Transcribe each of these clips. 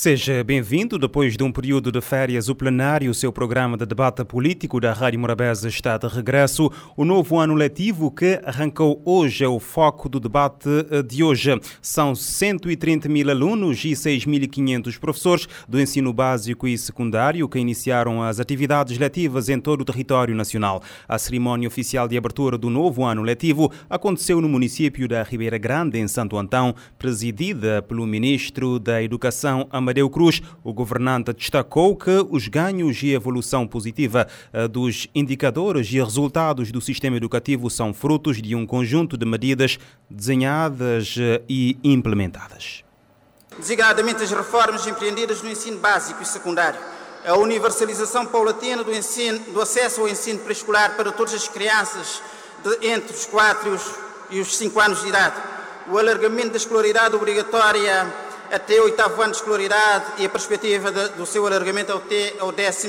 Seja bem-vindo. Depois de um período de férias, o plenário, seu programa de debate político da Rádio Morabeza, está de regresso. O novo ano letivo que arrancou hoje é o foco do debate de hoje. São 130 mil alunos e 6.500 professores do ensino básico e secundário que iniciaram as atividades letivas em todo o território nacional. A cerimónia oficial de abertura do novo ano letivo aconteceu no município da Ribeira Grande, em Santo Antão, presidida pelo ministro da Educação, Amadeu Cruz. O governante destacou que os ganhos e a evolução positiva dos indicadores e resultados do sistema educativo são frutos de um conjunto de medidas desenhadas e implementadas. Designadamente as reformas empreendidas no ensino básico e secundário, a universalização paulatina do acesso ao ensino pré-escolar para todas as crianças entre os 4 e os 5 anos de idade, o alargamento da escolaridade obrigatória até o 8º ano de escolaridade e a perspectiva do seu alargamento ao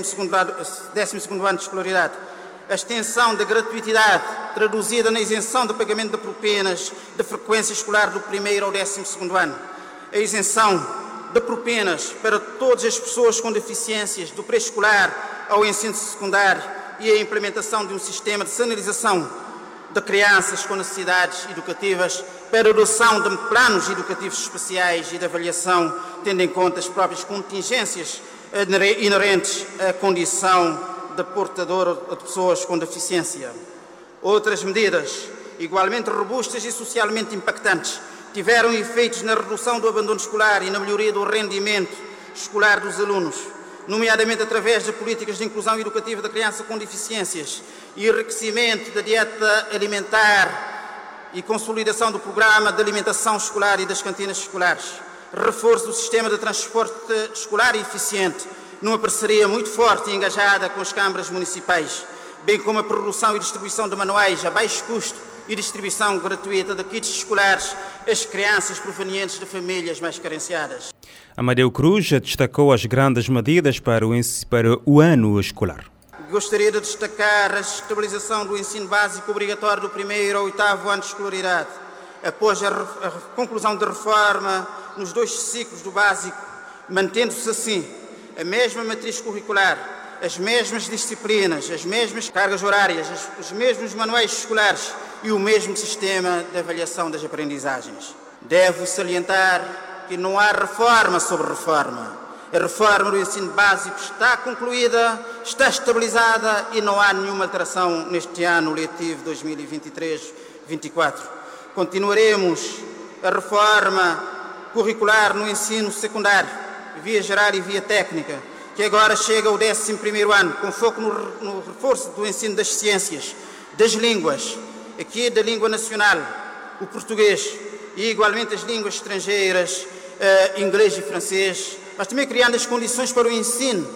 12º ano de escolaridade. A extensão da gratuitidade, traduzida na isenção do pagamento de propinas de frequência escolar do 1º ao 12º ano. A isenção de propinas para todas as pessoas com deficiências, do pré-escolar ao ensino secundário, e a implementação de um sistema de sinalização de crianças com necessidades educativas para a adoção de planos educativos especiais e de avaliação, tendo em conta as próprias contingências inerentes à condição de portador de pessoas com deficiência. Outras medidas, igualmente robustas e socialmente impactantes, tiveram efeitos na redução do abandono escolar e na melhoria do rendimento escolar dos alunos, nomeadamente através de políticas de inclusão educativa da criança com deficiências e enriquecimento da dieta alimentar e consolidação do programa de alimentação escolar e das cantinas escolares, reforço do sistema de transporte escolar eficiente, numa parceria muito forte e engajada com as câmaras municipais, bem como a produção e distribuição de manuais a baixo custo e distribuição gratuita de kits escolares às crianças provenientes de famílias mais carenciadas. Amadeu Cruz destacou as grandes medidas para o ano escolar. Gostaria de destacar a estabilização do ensino básico obrigatório do 1º ao 8º ano de escolaridade, após a conclusão da reforma nos 2 ciclos do básico, mantendo-se assim a mesma matriz curricular, as mesmas disciplinas, as mesmas cargas horárias, os mesmos manuais escolares e o mesmo sistema de avaliação das aprendizagens. Devo salientar que não há reforma sobre reforma. A reforma do ensino básico está concluída, está estabilizada e não há nenhuma alteração neste ano letivo 2023-24. Continuaremos a reforma curricular no ensino secundário, via geral e via técnica, que agora chega ao 11º ano, com foco no reforço do ensino das ciências, das línguas, aqui da língua nacional, o português, e igualmente as línguas estrangeiras, inglês e francês, mas também criando as condições para o ensino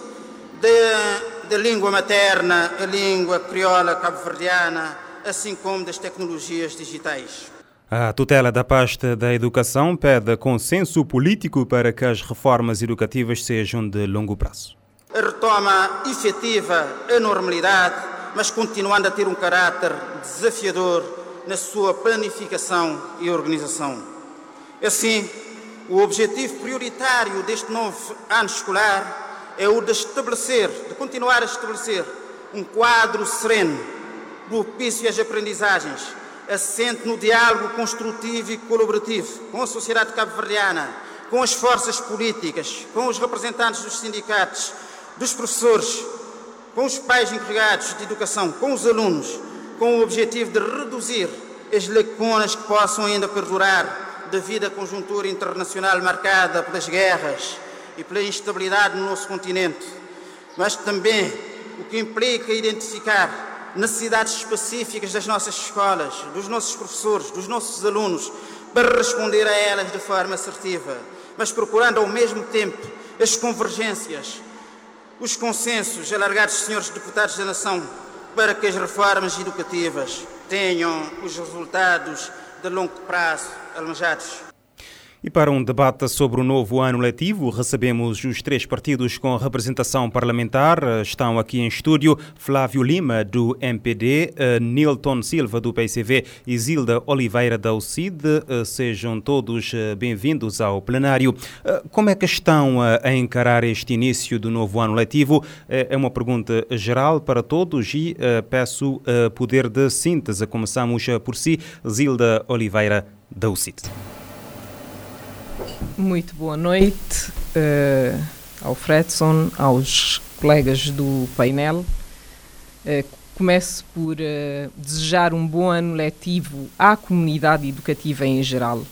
da língua materna, a língua crioula cabo-verdiana, assim como das tecnologias digitais. A tutela da pasta da educação pede consenso político para que as reformas educativas sejam de longo prazo. A retoma efetiva à normalidade, mas continuando a ter um caráter desafiador na sua planificação e organização. Assim, o objetivo prioritário deste novo ano escolar é o de continuar a estabelecer um quadro sereno, propício às aprendizagens, assente no diálogo construtivo e colaborativo com a sociedade cabo-verdiana, com as forças políticas, com os representantes dos sindicatos, dos professores, com os pais encarregados de educação, com os alunos, com o objetivo de reduzir as lacunas que possam ainda perdurar devido à conjuntura internacional marcada pelas guerras e pela instabilidade no nosso continente, mas também o que implica identificar necessidades específicas das nossas escolas, dos nossos professores, dos nossos alunos, para responder a elas de forma assertiva, mas procurando ao mesmo tempo as convergências, os consensos alargados, senhores deputados da nação, para que as reformas educativas tenham os resultados de longo prazo almejados. E para um debate sobre o novo ano letivo, recebemos os 3 partidos com representação parlamentar. Estão aqui em estúdio Flávio Lima, do MPD, Nilton Silva, do PCV e Zilda Oliveira, da UCID. Sejam todos bem-vindos ao plenário. Como é que estão a encarar este início do novo ano letivo? É uma pergunta geral para todos e peço poder de síntese. Começamos por si, Zilda Oliveira, da UCID. Muito boa noite ao Fredson, aos colegas do painel. Começo por desejar um bom ano letivo à comunidade educativa em geral.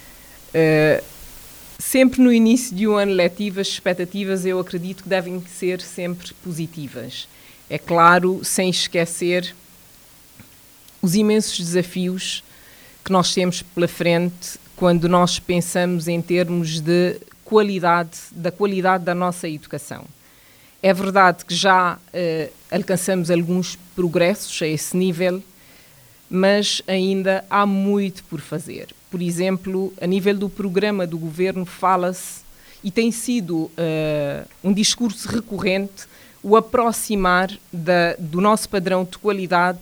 Sempre no início de um ano letivo, as expectativas eu acredito que devem ser sempre positivas. É claro, sem esquecer os imensos desafios que nós temos pela frente quando nós pensamos em termos de qualidade da nossa educação. É verdade que já alcançamos alguns progressos a esse nível, mas ainda há muito por fazer. Por exemplo, a nível do programa do Governo fala-se, e tem sido um discurso recorrente, o aproximar do nosso padrão de qualidade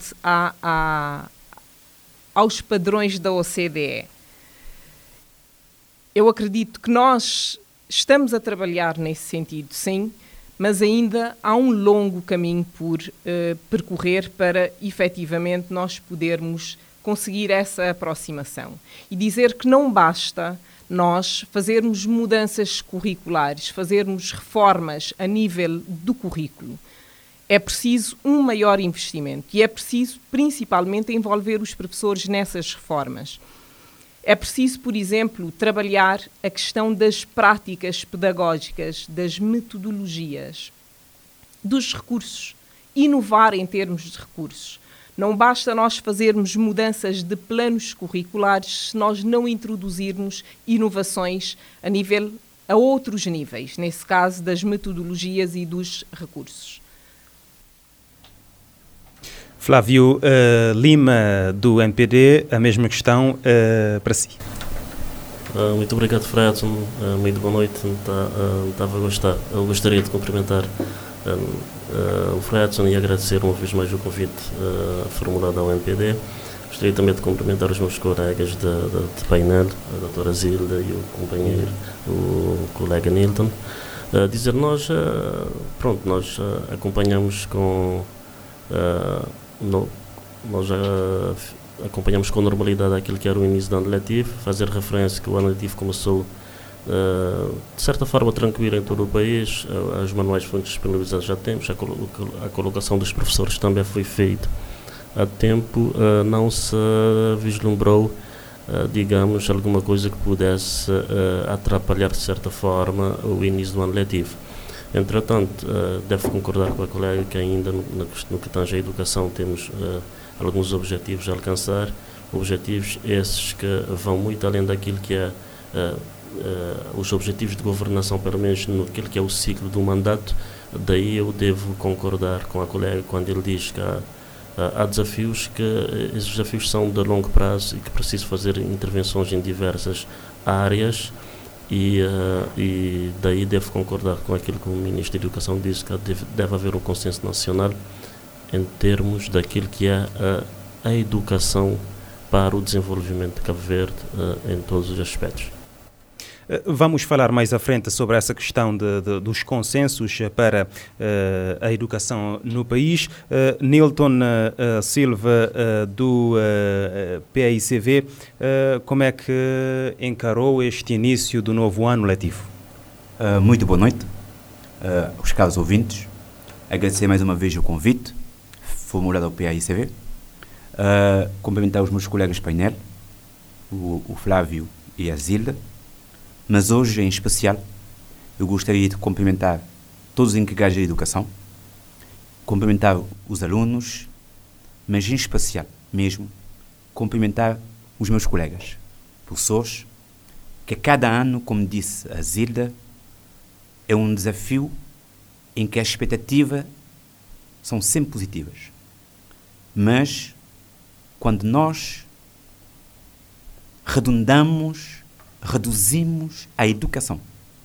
aos padrões da OCDE. Eu acredito que nós estamos a trabalhar nesse sentido, sim, mas ainda há um longo caminho por percorrer para, efetivamente, nós podermos conseguir essa aproximação. E dizer que não basta nós fazermos mudanças curriculares, fazermos reformas a nível do currículo. É preciso um maior investimento e é preciso, principalmente, envolver os professores nessas reformas. É preciso, por exemplo, trabalhar a questão das práticas pedagógicas, das metodologias, dos recursos, inovar em termos de recursos. Não basta nós fazermos mudanças de planos curriculares se nós não introduzirmos inovações a outros níveis, nesse caso das metodologias e dos recursos. Flávio Lima, do MPD, a mesma questão para si. Muito obrigado, Fredson. Muito boa noite. Eu gostaria de cumprimentar o Fredson e agradecer uma vez mais o convite formulado ao MPD. Gostaria também de cumprimentar os meus colegas de painel, a doutora Zilda e o companheiro, o colega Nilton. Nós acompanhamos acompanhamos com normalidade aquilo que era o início do ano letivo, fazer referência que o ano letivo começou de certa forma tranquilo em todo o país. Os manuais foram disponibilizados já temos, a colocação dos professores também foi feita a tempo, não se vislumbrou, digamos, alguma coisa que pudesse atrapalhar de certa forma o início do ano letivo. Entretanto, devo concordar com a colega que ainda no que tange à educação temos alguns objetivos a alcançar, objetivos esses que vão muito além daquilo que é os objetivos de governação, pelo menos naquilo que é o ciclo do mandato. Daí eu devo concordar com a colega quando ele diz que há desafios, que esses desafios são de longo prazo e que preciso fazer intervenções em diversas áreas. E daí devo concordar com aquilo que o Ministro da Educação disse, que deve haver um consenso nacional em termos daquilo que é a educação para o desenvolvimento de Cabo Verde em todos os aspectos. Vamos falar mais à frente sobre essa questão dos consensos para a educação no país. Nilton Silva, do PAICV, como é que encarou este início do novo ano letivo? Muito boa noite aos caros ouvintes. Agradecer mais uma vez o convite formulado ao PAICV. Cumprimentar os meus colegas de painel, o Flávio e a Zilda. Mas hoje, em especial, eu gostaria de cumprimentar todos os encarregados da educação, cumprimentar os alunos, mas em especial mesmo, cumprimentar os meus colegas, professores, que cada ano, como disse a Zilda, é um desafio em que as expectativas são sempre positivas. Mas, quando nós arredondamos reduzimos a educação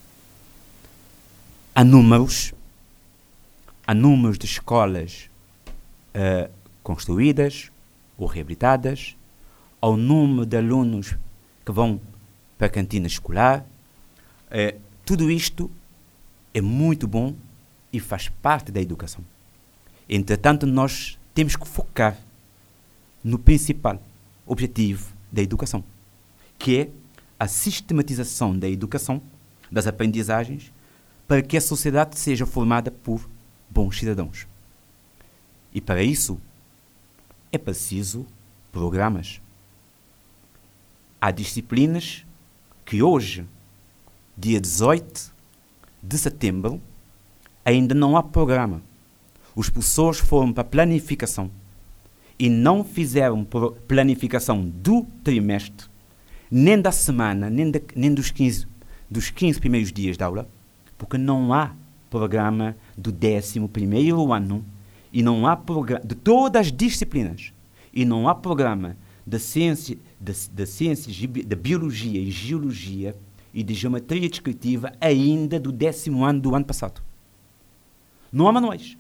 a números de escolas construídas ou reabilitadas, ao número de alunos que vão para a cantina escolar. Tudo isto é muito bom e faz parte da educação. Entretanto, nós temos que focar no principal objetivo da educação, que é a sistematização da educação, das aprendizagens, para que a sociedade seja formada por bons cidadãos. E para isso é preciso programas. Há disciplinas que hoje, dia 18 de setembro, ainda não há programa. Os professores foram para a planificação e não fizeram planificação do trimestre, nem da semana, nem dos 15 primeiros dias de aula, porque não há programa do 11º ano e não há programa de todas as disciplinas e não há programa de ciências, de biologia e geologia e de geometria descritiva ainda do 10º ano do ano passado. Não há manuais.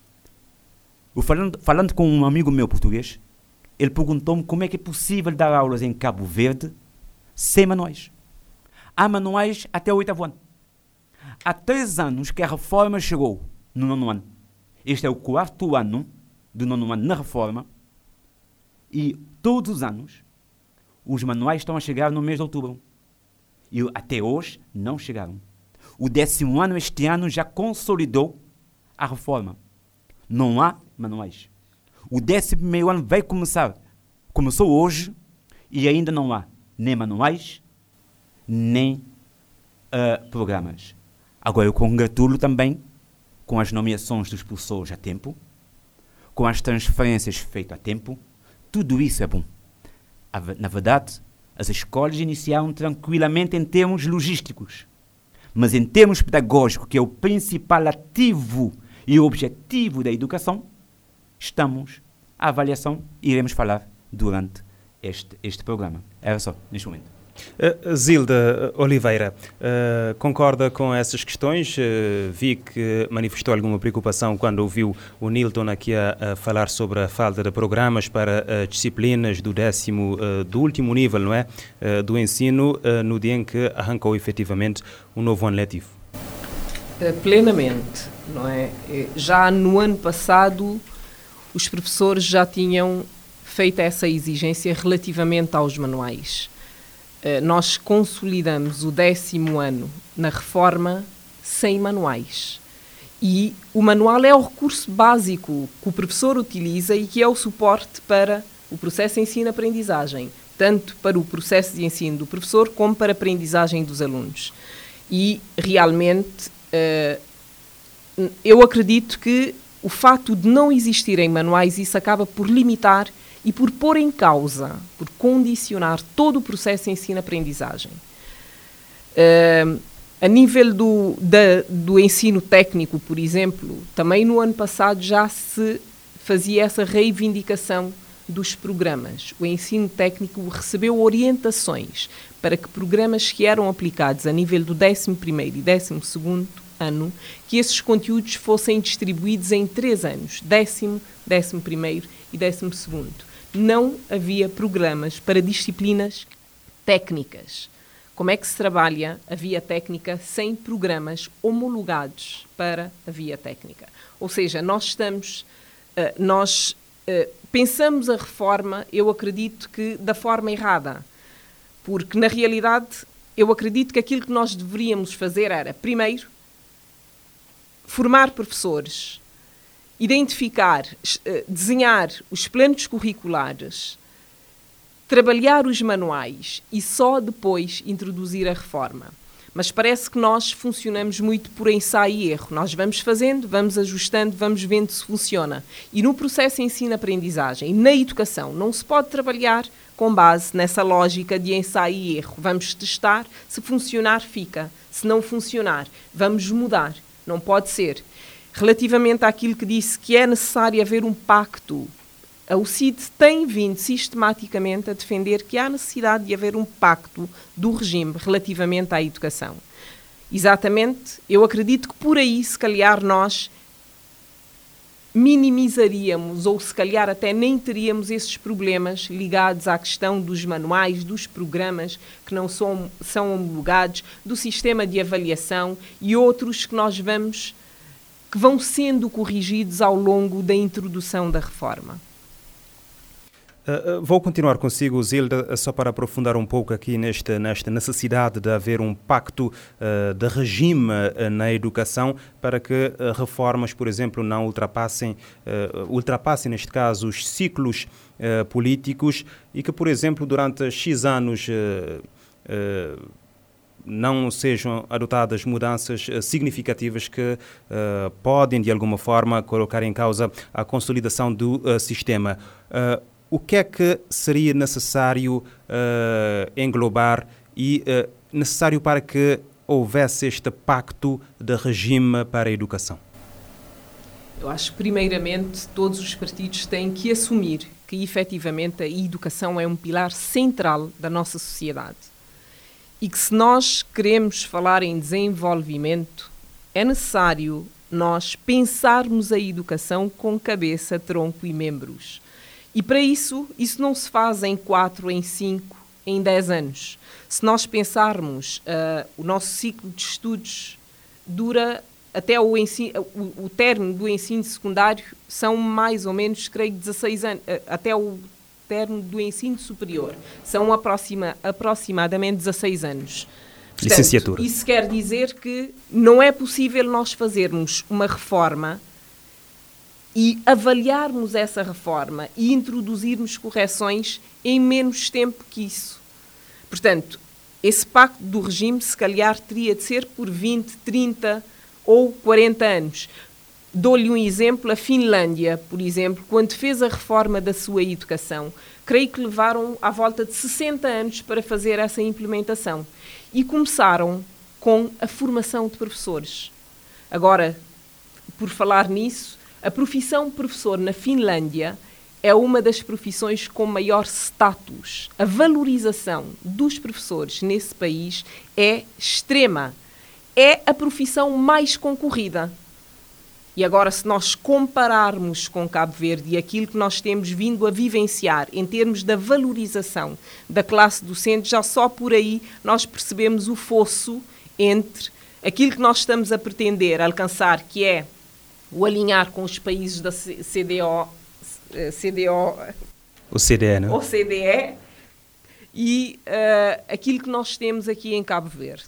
Falando com um amigo meu português, ele perguntou-me como é que é possível dar aulas em Cabo Verde sem manuais. Há manuais até o 8º ano. Há 3 anos que a reforma chegou no 9º ano. Este é o 4º ano do 9º ano na reforma e todos os anos os manuais estão a chegar no mês de outubro. E até hoje não chegaram. O 10º ano este ano já consolidou a reforma. Não há manuais. O 11º ano vai começar. Começou hoje e ainda não há nem manuais, nem programas. Agora eu congratulo também com as nomeações dos professores a tempo, com as transferências feitas a tempo. Tudo isso é bom. Na verdade, as escolas iniciaram tranquilamente em termos logísticos, mas em termos pedagógicos, que é o principal ativo e o objetivo da educação, estamos à avaliação e iremos falar durante este programa. Era só, neste momento. Zilda Oliveira, concorda com essas questões? Vi que manifestou alguma preocupação quando ouviu o Nilton aqui a falar sobre a falta de programas para disciplinas do último nível, não é? Do ensino, no dia em que arrancou efetivamente o novo ano letivo. Plenamente, não é? Já no ano passado os professores já tinham feito essa exigência relativamente aos manuais. Nós consolidamos o 10º ano na reforma sem manuais. E o manual é o recurso básico que o professor utiliza e que é o suporte para o processo de ensino-aprendizagem, tanto para o processo de ensino do professor como para a aprendizagem dos alunos. E, realmente, eu acredito que o facto de não existirem manuais, isso acaba por limitar e por pôr em causa, por condicionar todo o processo de ensino-aprendizagem. A nível do ensino técnico, por exemplo, também no ano passado já se fazia essa reivindicação dos programas. O ensino técnico recebeu orientações para que programas que eram aplicados a nível do 11º e 12º ano, que esses conteúdos fossem distribuídos em 3 anos, 10º, 11º e 12º. Não havia programas para disciplinas técnicas. Como é que se trabalha a via técnica sem programas homologados para a via técnica? Ou seja, nós pensamos a reforma, eu acredito que da forma errada, porque na realidade eu acredito que aquilo que nós deveríamos fazer era, primeiro, formar professores, identificar, desenhar os planos curriculares, trabalhar os manuais e só depois introduzir a reforma. Mas parece que nós funcionamos muito por ensaio e erro. Nós vamos fazendo, vamos ajustando, vamos vendo se funciona. E no processo de ensino-aprendizagem e na educação não se pode trabalhar com base nessa lógica de ensaio e erro. Vamos testar, se funcionar, fica. Se não funcionar, vamos mudar. Não pode ser. Relativamente àquilo que disse que é necessário haver um pacto a UCID tem vindo sistematicamente a defender que há necessidade de haver um pacto do regime relativamente à educação. Exatamente, eu acredito que por aí, se calhar, nós minimizaríamos ou se calhar até nem teríamos esses problemas ligados à questão dos manuais, dos programas que não são homologados, do sistema de avaliação e outros que que vão sendo corrigidos ao longo da introdução da reforma. Vou continuar consigo, Zilda, só para aprofundar um pouco aqui nesta necessidade de haver um pacto de regime na educação para que reformas, por exemplo, não ultrapassem neste caso, os ciclos políticos e que, por exemplo, durante X anos não sejam adotadas mudanças significativas que podem, de alguma forma, colocar em causa a consolidação do sistema. O que é que seria necessário englobar e necessário para que houvesse este pacto de regime para a educação? Eu acho que, primeiramente, todos os partidos têm que assumir que, efetivamente, a educação é um pilar central da nossa sociedade. E que, se nós queremos falar em desenvolvimento, é necessário nós pensarmos a educação com cabeça, tronco e membros. E para isso não se faz em 4, em 5, em 10 anos. Se nós pensarmos, o nosso ciclo de estudos dura até o término do ensino secundário, são mais ou menos, creio, 16 anos, até o término do ensino superior, são aproximadamente 16 anos. Portanto, licenciatura. Isso quer dizer que não é possível nós fazermos uma reforma e avaliarmos essa reforma e introduzirmos correções em menos tempo que isso. Portanto, esse pacto do regime, se calhar, teria de ser por 20, 30 ou 40 anos. Dou-lhe um exemplo, a Finlândia, por exemplo, quando fez a reforma da sua educação, creio que levaram à volta de 60 anos para fazer essa implementação. E começaram com a formação de professores. Agora, por falar nisso, a profissão professor na Finlândia é uma das profissões com maior status. A valorização dos professores nesse país é extrema. É a profissão mais concorrida. E agora, se nós compararmos com Cabo Verde e aquilo que nós temos vindo a vivenciar em termos da valorização da classe docente, já só por aí nós percebemos o fosso entre aquilo que nós estamos a pretender alcançar, que é o alinhar com os países da OCDE e aquilo que nós temos aqui em Cabo Verde.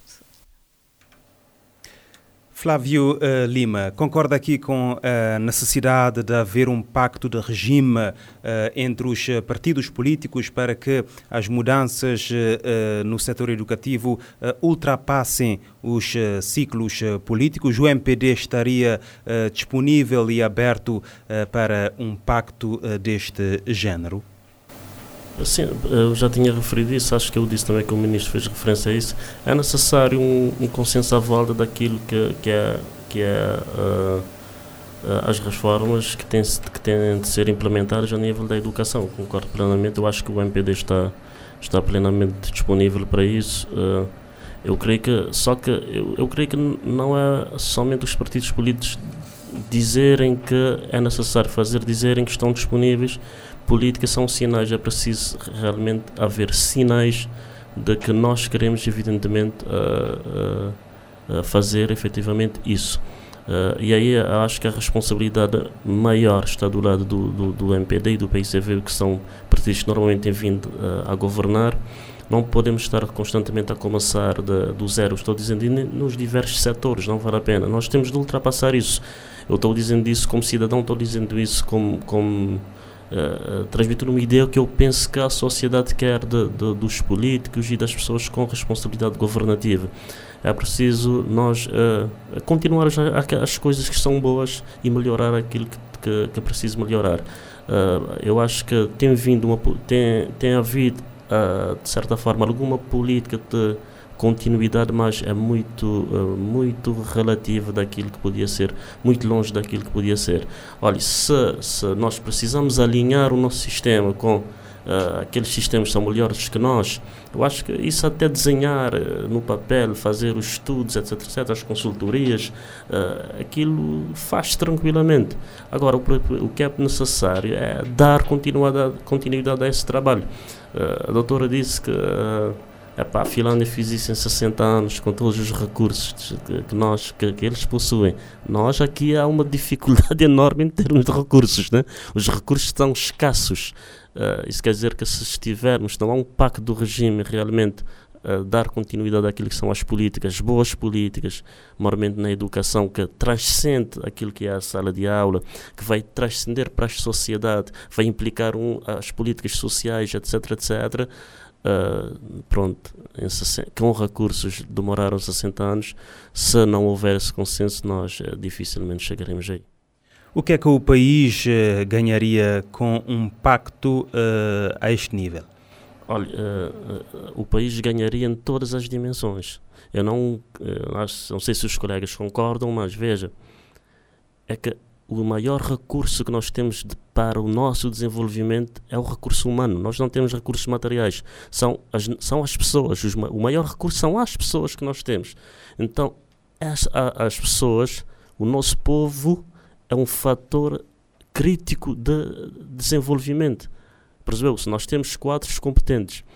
Flávio Lima, concorda aqui com a necessidade de haver um pacto de regime entre os partidos políticos para que as mudanças no setor educativo ultrapassem os ciclos políticos? O MPD estaria disponível e aberto para um pacto deste género? Sim, eu já tinha referido isso, acho que eu disse também que o Ministro fez referência a isso. É necessário um consenso à volta daquilo que é as reformas que têm de ser implementadas a nível da educação. Concordo plenamente, eu acho que o MPD está plenamente disponível para isso. Eu creio que não é somente os partidos políticos dizerem que é necessário fazer, dizerem que estão disponíveis. Política são sinais, é preciso realmente haver sinais de que nós queremos, evidentemente, fazer efetivamente isso. E aí acho que a responsabilidade maior está do lado do MPD e do PICV, que são partidos que normalmente têm vindo a governar. Não podemos estar constantemente a começar do zero, estou dizendo, nos diversos setores, não vale a pena. Nós temos de ultrapassar isso. Eu estou dizendo isso como cidadão, estou dizendo isso como transmitir uma ideia que eu penso que a sociedade quer dos políticos e das pessoas com responsabilidade governativa. É preciso nós continuar as coisas que são boas e melhorar aquilo que é preciso melhorar. Eu acho que tem havido, de certa forma, alguma política de continuidade, mas é muito relativa daquilo que podia ser, muito longe daquilo que podia ser. Olha, se nós precisamos alinhar o nosso sistema com aqueles sistemas que são melhores que nós, eu acho que isso até desenhar no papel, fazer os estudos, etc, as consultorias, aquilo faz tranquilamente. Agora, o que é necessário é dar continuidade a esse trabalho. A doutora disse que a Finlândia fez isso em 60 anos, com todos os recursos que eles possuem. Nós aqui há uma dificuldade enorme em termos de recursos, né? Os recursos estão escassos. Isso quer dizer que se estivermos, não há um pacto do regime realmente dar continuidade àquilo que são as políticas, boas políticas, maiormente na educação, que transcende aquilo que é a sala de aula, que vai transcender para a sociedade, vai implicar as políticas sociais, etc. Pronto, com recursos demoraram 60 anos. Se não houver esse consenso, nós dificilmente chegaremos aí. O que é que o país ganharia com um pacto a este nível? Olha, o país ganharia em todas as dimensões. Eu não sei se os colegas concordam, mas veja, é que o maior recurso que nós temos para o nosso desenvolvimento é o recurso humano. Nós não temos recursos materiais, são as pessoas. O maior recurso são as pessoas que nós temos. Então, as pessoas, o nosso povo, é um fator crítico de desenvolvimento. Percebeu-se? Nós temos quadros competentes,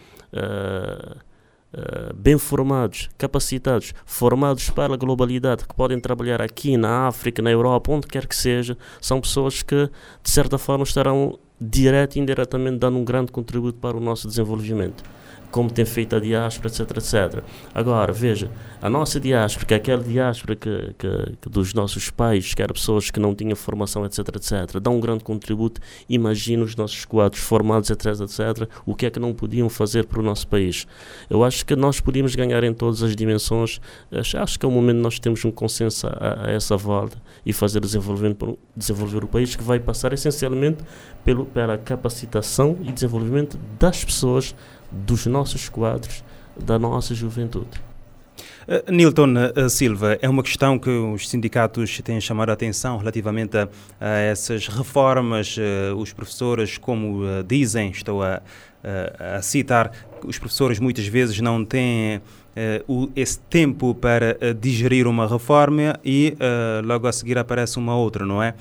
bem formados, capacitados, formados para a globalidade, que podem trabalhar aqui na África, na Europa, onde quer que seja. São pessoas que, de certa forma, estarão direto e indiretamente dando um grande contributo para o nosso desenvolvimento, como tem feito a diáspora, etc. Agora, veja, a nossa diáspora, que é aquela diáspora que dos nossos pais, que eram pessoas que não tinham formação, etc, dá um grande contributo. Imagina os nossos quadros formados, etc, o que é que não podiam fazer para o nosso país. Eu acho que nós podíamos ganhar em todas as dimensões. Acho que é o momento de nós termos um consenso a essa volta e fazer desenvolver o país, que vai passar essencialmente pela capacitação e desenvolvimento das pessoas, dos nossos quadros, da nossa juventude. Nilton Silva, é uma questão que os sindicatos têm chamado a atenção relativamente a essas reformas. Os professores, como dizem, estou a citar, os professores muitas vezes não têm esse tempo para digerir uma reforma e logo a seguir aparece uma outra, não é?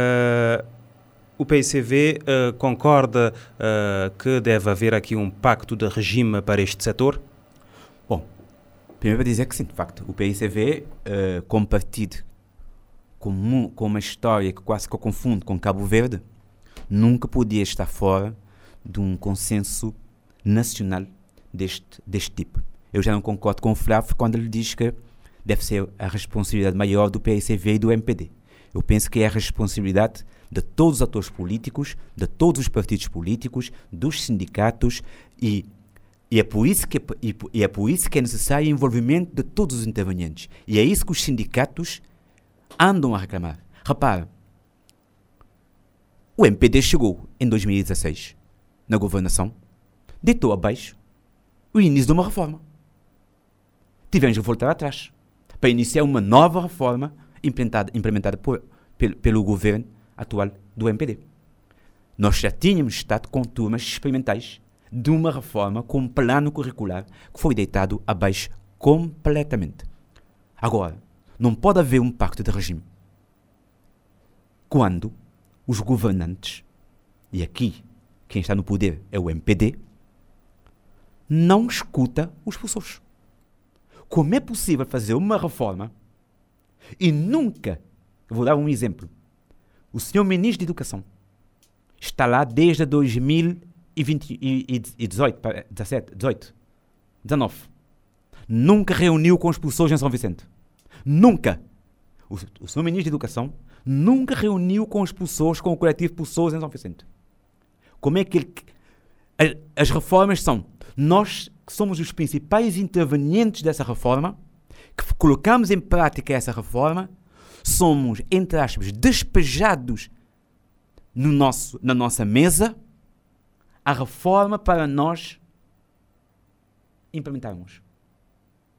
O PICV concorda que deve haver aqui um pacto de regime para este setor? Bom, primeiro para dizer que sim, de facto, o PICV, como partido, com uma história que quase que eu confundo com Cabo Verde, nunca podia estar fora de um consenso nacional deste tipo. Eu já não concordo com o Flávio quando ele diz que deve ser a responsabilidade maior do PICV e do MPD. Eu penso que é a responsabilidade de todos os atores políticos, de todos os partidos políticos, dos sindicatos e é por isso que é necessário o envolvimento de todos os intervenientes. E é isso que os sindicatos andam a reclamar. Repara, o MPD chegou em 2016 na governação, deitou abaixo o início de uma reforma. Tivemos que voltar atrás para iniciar uma nova reforma implementada pelo governo atual do MPD. Nós já tínhamos estado com turmas experimentais de uma reforma com um plano curricular que foi deitado abaixo completamente. Agora, não pode haver um pacto de regime quando os governantes, e aqui quem está no poder é o MPD, não escuta os professores. Como é possível fazer uma reforma e nunca, eu vou dar um exemplo, o senhor Ministro de Educação está lá desde 2019. Nunca reuniu com os professores em São Vicente. Nunca. O senhor Ministro de Educação nunca reuniu com os professores, com o coletivo de professores em São Vicente. Como é que as reformas são? Nós que somos os principais intervenientes dessa reforma, que colocamos em prática essa reforma, somos, entre aspas, despejados na nossa mesa a reforma para nós implementarmos.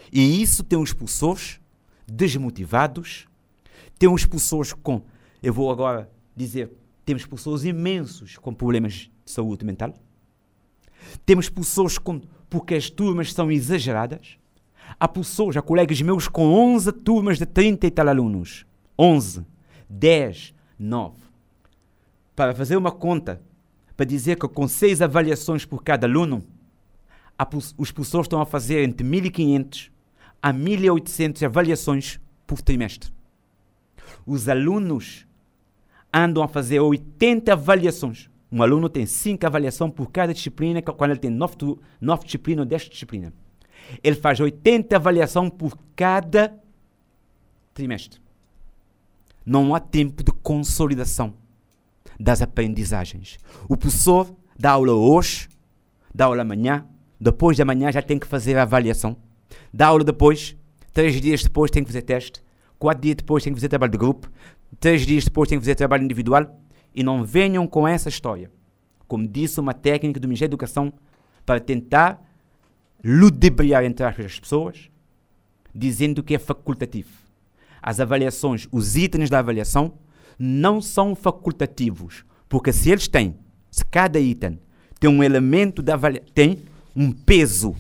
E isso tem os professores desmotivados, tem os professores com, eu vou agora dizer, temos professores imensos com problemas de saúde mental, temos professores porque as turmas são exageradas, há professores, há colegas meus com 11 turmas de 30 e tal alunos, 11, 10, 9, para fazer uma conta, para dizer que com 6 avaliações por cada aluno, os professores estão a fazer entre 1.500 a 1.800 avaliações por trimestre. Os alunos andam a fazer 80 avaliações. Um aluno tem 5 avaliações por cada disciplina, quando ele tem 9 disciplinas ou 10 disciplinas. Ele faz 80 avaliações por cada trimestre. Não há tempo de consolidação das aprendizagens. O professor dá aula hoje, dá aula amanhã, depois de amanhã já tem que fazer a avaliação. Dá aula depois, 3 dias depois tem que fazer teste, 4 dias depois tem que fazer trabalho de grupo, 3 dias depois tem que fazer trabalho individual. E não venham com essa história, como disse uma técnica do Ministério da Educação, para tentar ludibriar entre as pessoas, dizendo que é facultativo. As avaliações, os itens da avaliação, não são facultativos, porque se eles têm, se cada item tem um elemento da avaliação, tem um peso,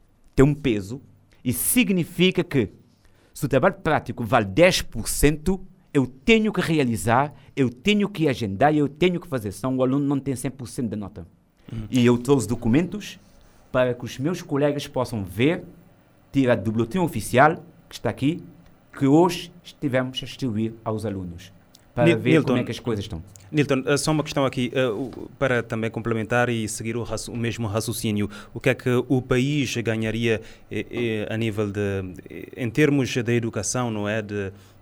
e significa que se o trabalho prático vale 10%, eu tenho que realizar, eu tenho que agendar, eu tenho que fazer, senão o aluno não tem 100% da nota. E eu trouxe documentos para que os meus colegas possam ver, tirar do boletim oficial, que está aqui, que hoje estivemos a distribuir aos alunos, para ver Nilton, como é que as coisas estão. Nilton, só uma questão aqui, para também complementar e seguir o mesmo raciocínio. O que é que o país ganharia a nível em termos da educação, não é?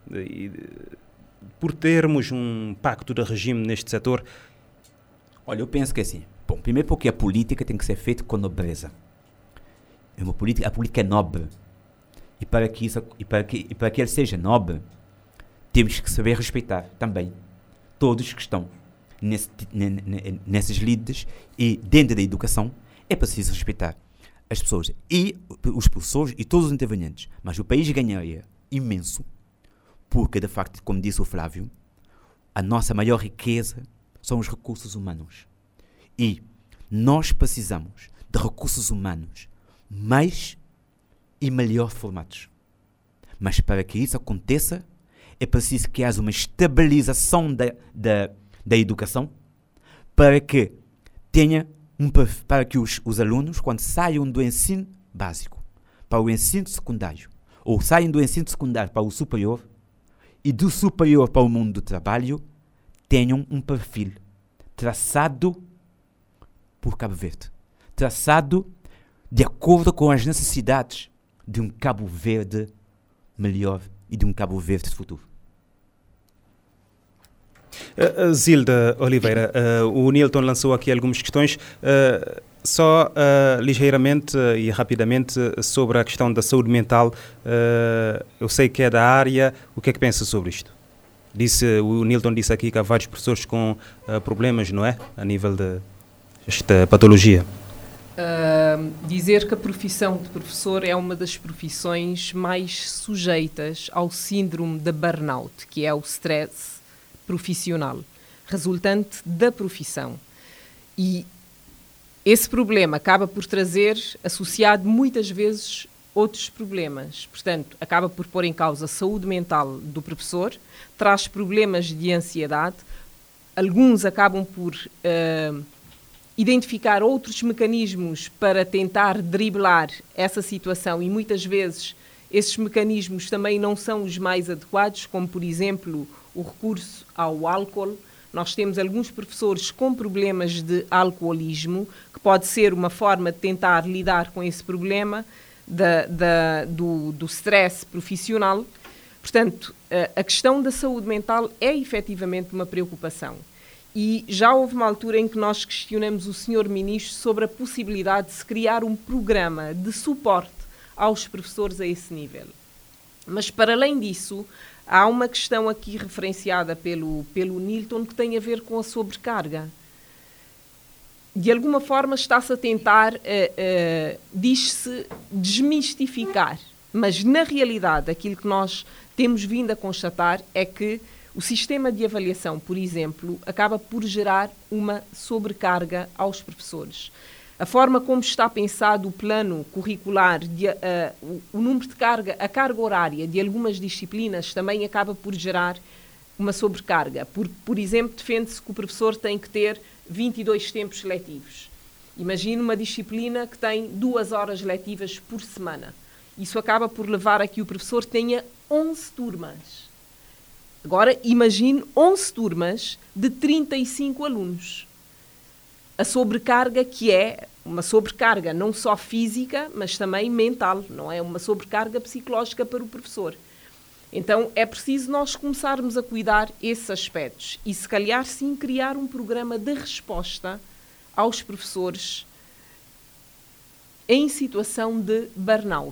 Por termos um pacto de regime neste setor? Olha, eu penso que assim, bom, primeiro porque a política tem que ser feita com nobreza. A política é nobre. E para que ele seja nobre, temos que saber respeitar também todos que estão nesses líderes, e dentro da educação é preciso respeitar as pessoas e os professores e todos os intervenientes. Mas o país ganharia imenso, porque de facto, como disse o Flávio, a nossa maior riqueza são os recursos humanos. E nós precisamos de recursos humanos mais e melhor formados. Mas para que isso aconteça, é preciso que haja uma estabilização da educação, para que para que os alunos, quando saiam do ensino básico para o ensino secundário, ou saiam do ensino secundário para o superior, e do superior para o mundo do trabalho, tenham um perfil traçado por Cabo Verde, traçado de acordo com as necessidades de um Cabo Verde melhor e de um Cabo Verde de futuro. Zilda Oliveira, o Nilton lançou aqui algumas questões, só ligeiramente e rapidamente sobre a questão da saúde mental. Eu sei que é da área, o que é que pensa sobre isto? O Nilton disse aqui que há vários professores com problemas, não é? A nível desta patologia. Dizer que a profissão de professor é uma das profissões mais sujeitas ao síndrome de burnout, que é o stress profissional, resultante da profissão. E esse problema acaba por trazer, associado muitas vezes, outros problemas. Portanto, acaba por pôr em causa a saúde mental do professor, traz problemas de ansiedade, alguns acabam por identificar outros mecanismos para tentar driblar essa situação, e muitas vezes esses mecanismos também não são os mais adequados, como, por exemplo, o recurso ao álcool. Nós temos alguns professores com problemas de alcoolismo, que pode ser uma forma de tentar lidar com esse problema do stress profissional. Portanto, a questão da saúde mental é efetivamente uma preocupação. E já houve uma altura em que nós questionamos o Sr. Ministro sobre a possibilidade de se criar um programa de suporte aos professores a esse nível. Mas, para além disso, há uma questão aqui referenciada pelo Nilton que tem a ver com a sobrecarga. De alguma forma está-se a tentar, diz-se, desmistificar Mas, na realidade, aquilo que nós temos vindo a constatar é que o sistema de avaliação, por exemplo, acaba por gerar uma sobrecarga aos professores. A forma como está pensado o plano curricular, o número de carga, a carga horária de algumas disciplinas também acaba por gerar uma sobrecarga. Por exemplo, defende-se que o professor tem que ter 22 tempos letivos. Imagine uma disciplina que tem 2 horas letivas por semana. Isso acaba por levar a que o professor tenha 11 turmas. Agora, imagine 11 turmas de 35 alunos. A sobrecarga que é uma sobrecarga não só física, mas também mental, não é? Uma sobrecarga psicológica para o professor. Então, é preciso nós começarmos a cuidar esses aspectos e, se calhar, sim, criar um programa de resposta aos professores em situação de burnout.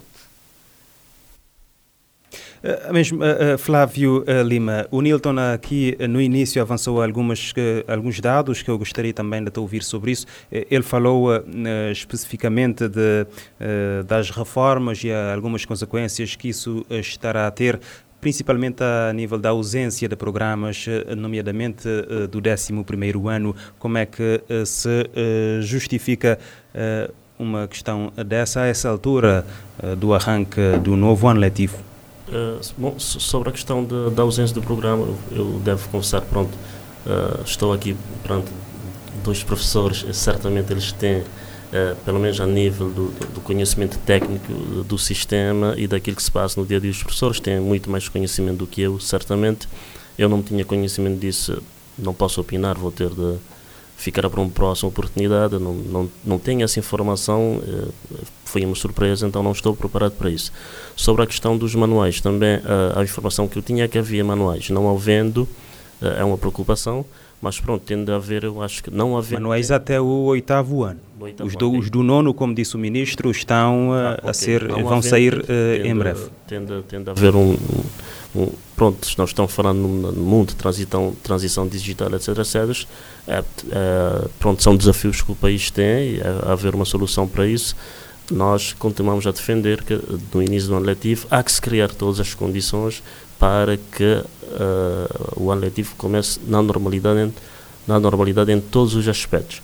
Mesmo, Flávio Lima, o Nilton aqui no início avançou alguns dados que eu gostaria também de te ouvir sobre isso. Ele falou especificamente das reformas e algumas consequências que isso estará a ter, principalmente a nível da ausência de programas, nomeadamente do 11º ano. Como é que se justifica uma questão dessa a essa altura do arranque do novo ano letivo? Bom, sobre a questão da ausência do programa, eu devo confessar, estou aqui perante 2 professores, certamente eles têm, pelo menos a nível do conhecimento técnico do sistema e daquilo que se passa no dia a dia dos professores, têm muito mais conhecimento do que eu, certamente. Eu não tinha conhecimento disso, não posso opinar, vou ter de ficar para uma próxima oportunidade, não tenho essa informação, foi uma surpresa, então não estou preparado para isso. Sobre a questão dos manuais, também a informação que eu tinha é que havia manuais, não havendo, é uma preocupação, mas pronto, tende a haver, eu acho que não havendo... Manuais até o 8º ano. Os do 9º, como disse o Ministro, estão vão sair em breve. Tende a haver pronto, nós estamos falando num mundo de transição digital, etc. Pronto, são desafios que o país tem e há haver uma solução para isso. Nós continuamos a defender que no início do ano letivo há que se criar todas as condições para que o ano letivo comece na normalidade em todos os aspectos.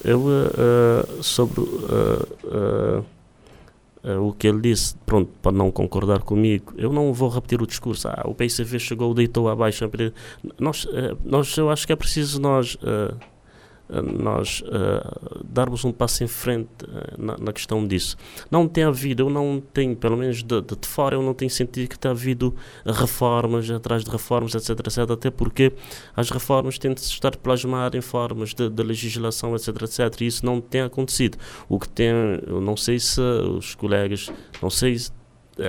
Sobre o que ele disse, pronto, para não concordar comigo, eu não vou repetir o discurso, o PICV chegou, deitou abaixo. Eu acho que é preciso nós darmos um passo em frente na questão disso. Não tem havido, eu não tenho, pelo menos de fora, eu não tenho sentido que tenha havido reformas, atrás de reformas, etc, até porque as reformas têm de estar plasmadas em formas de legislação, etc, e isso não tem acontecido. O que tem, eu não sei se os colegas, não sei se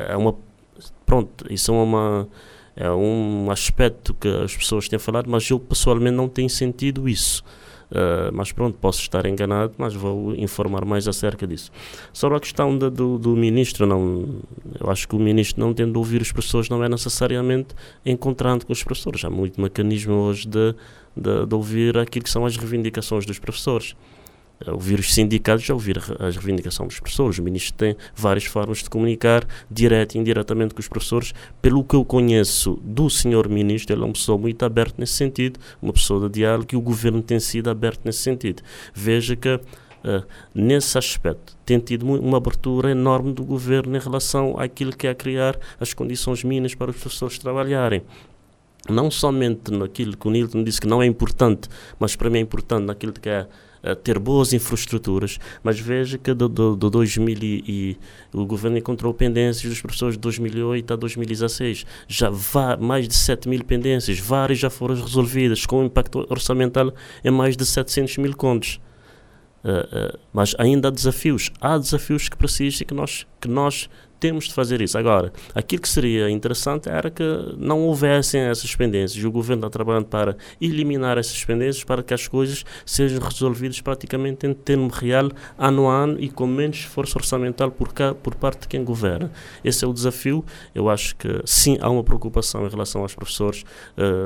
isso é um aspecto que as pessoas têm falado, mas eu pessoalmente não tenho sentido isso. Mas pronto, posso estar enganado, mas vou informar mais acerca disso. Sobre a questão do Ministro, eu acho que o Ministro, não tendo de ouvir os professores, não é necessariamente encontrando com os professores. Há muito mecanismo hoje de ouvir aquilo que são as reivindicações dos professores. Ouvir os sindicatos, ouvir as reivindicações dos professores. O Ministro tem várias formas de comunicar direto e indiretamente com os professores. Pelo que eu conheço do Sr. Ministro, ele é uma pessoa muito aberta nesse sentido, uma pessoa de diálogo, e o Governo tem sido aberto nesse sentido. Veja que nesse aspecto tem tido uma abertura enorme do Governo em relação àquilo que é criar as condições mínimas para os professores trabalharem. Não somente naquilo que o Nilton disse que não é importante, mas para mim é importante naquilo que é ter boas infraestruturas, mas veja que do 2000 o Governo encontrou pendências dos professores de 2008 a 2016, já mais de 7.000 pendências, várias já foram resolvidas, com um impacto orçamental em mais de 700 mil contos. Mas ainda há desafios que persistem, que nós temos de fazer isso. Agora, aquilo que seria interessante era que não houvessem essas pendências. O Governo está trabalhando para eliminar essas pendências, para que as coisas sejam resolvidas praticamente em termo real, ano a ano, e com menos esforço orçamental por parte de quem governa. Esse é o desafio. Eu acho que sim, há uma preocupação em relação aos professores,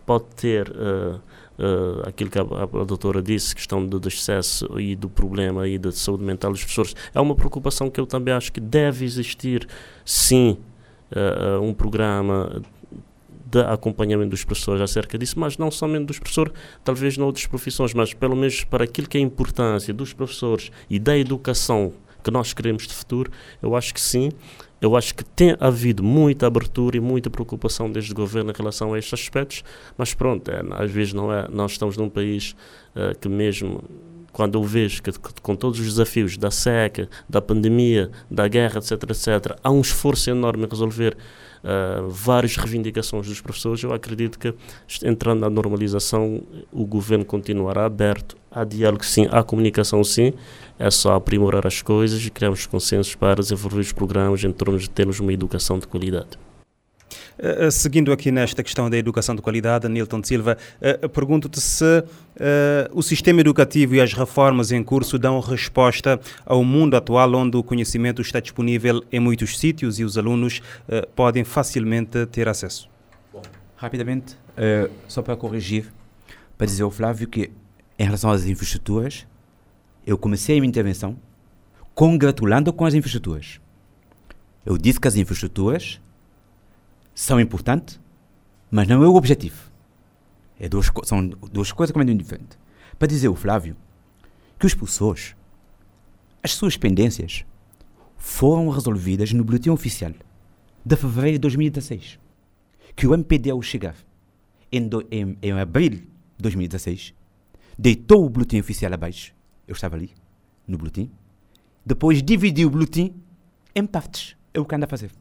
pode ter aquilo que a doutora disse, questão do excesso e do problema aí da saúde mental dos professores. É uma preocupação que eu também acho que deve existir, sim, um programa de acompanhamento dos professores acerca disso, mas não somente dos professores, talvez não outras profissões, mas pelo menos para aquilo que é a importância dos professores e da educação que nós queremos de futuro, eu acho que sim. Eu acho que tem havido muita abertura e muita preocupação desde o governo em relação a estes aspectos, mas pronto, às vezes não é. Nós estamos num país que mesmo quando eu vejo que com todos os desafios da seca, da pandemia, da guerra, etc., há um esforço enorme em resolver várias reivindicações dos professores, eu acredito que entrando na normalização o governo continuará aberto a diálogo sim, à comunicação sim, é só aprimorar as coisas e criarmos consensos para desenvolver os programas em termos de termos uma educação de qualidade. Seguindo aqui nesta questão da educação de qualidade, Nilton de Silva, pergunto-te se o sistema educativo e as reformas em curso dão resposta ao mundo atual onde o conhecimento está disponível em muitos sítios e os alunos podem facilmente ter acesso. Bom, rapidamente, só para corrigir, para dizer ao Flávio que em relação às infraestruturas, eu comecei a minha intervenção congratulando com as infraestruturas. Eu disse que as infraestruturas são importantes, mas não é o objetivo. São duas coisas completamente diferentes. Para dizer ao Flávio que os professores, as suas pendências, foram resolvidas no boletim oficial de fevereiro de 2016. Que o MPDU chegar em abril de 2016, deitou o boletim oficial abaixo, eu estava ali, no boletim, depois dividiu o boletim em partes. É o que anda a fazer.